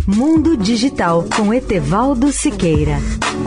Mundo Digital com Etevaldo Siqueira.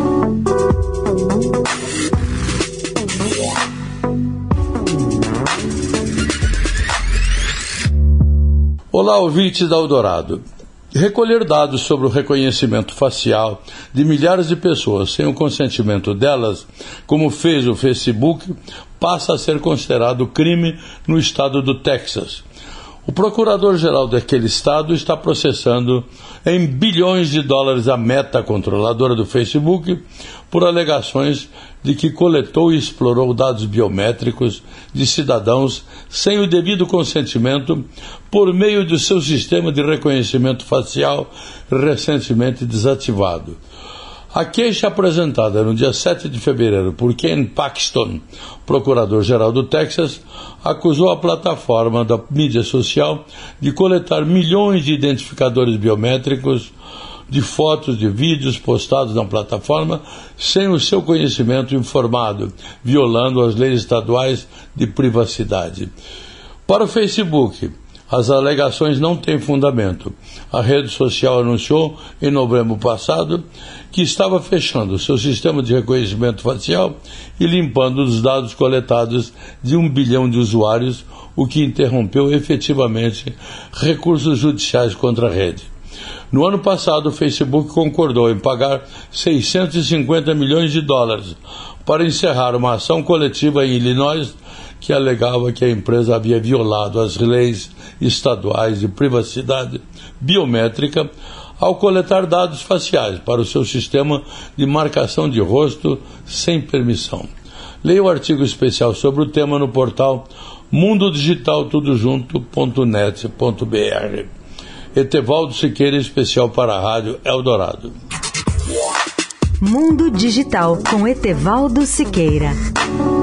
Olá, ouvintes da Eldorado. Recolher dados sobre o reconhecimento facial de milhares de pessoas sem o consentimento delas, como fez o Facebook, passa a ser considerado crime no estado do Texas. O procurador-geral daquele estado está processando em bilhões de dólares a Meta, controladora do Facebook, por alegações de que coletou e explorou dados biométricos de cidadãos sem o devido consentimento por meio de seu sistema de reconhecimento facial recentemente desativado. A queixa apresentada no dia 7 de fevereiro por Ken Paxton, procurador-geral do Texas, acusou a plataforma da mídia social de coletar milhões de identificadores biométricos de fotos, de vídeos postados na plataforma sem o seu conhecimento informado, violando as leis estaduais de privacidade. Para o Facebook, as alegações não têm fundamento. A rede social anunciou, em novembro passado, que estava fechando seu sistema de reconhecimento facial e limpando os dados coletados de 1 bilhão de usuários, o que interrompeu efetivamente recursos judiciais contra a rede. No ano passado, o Facebook concordou em pagar 650 milhões de dólares para encerrar uma ação coletiva em Illinois que alegava que a empresa havia violado as leis estaduais de privacidade biométrica ao coletar dados faciais para o seu sistema de marcação de rosto sem permissão. Leia o artigo especial sobre o tema no portal mundodigitaltudojunto.net.br. Etevaldo Siqueira, especial para a Rádio Eldorado. Mundo Digital com Etevaldo Siqueira.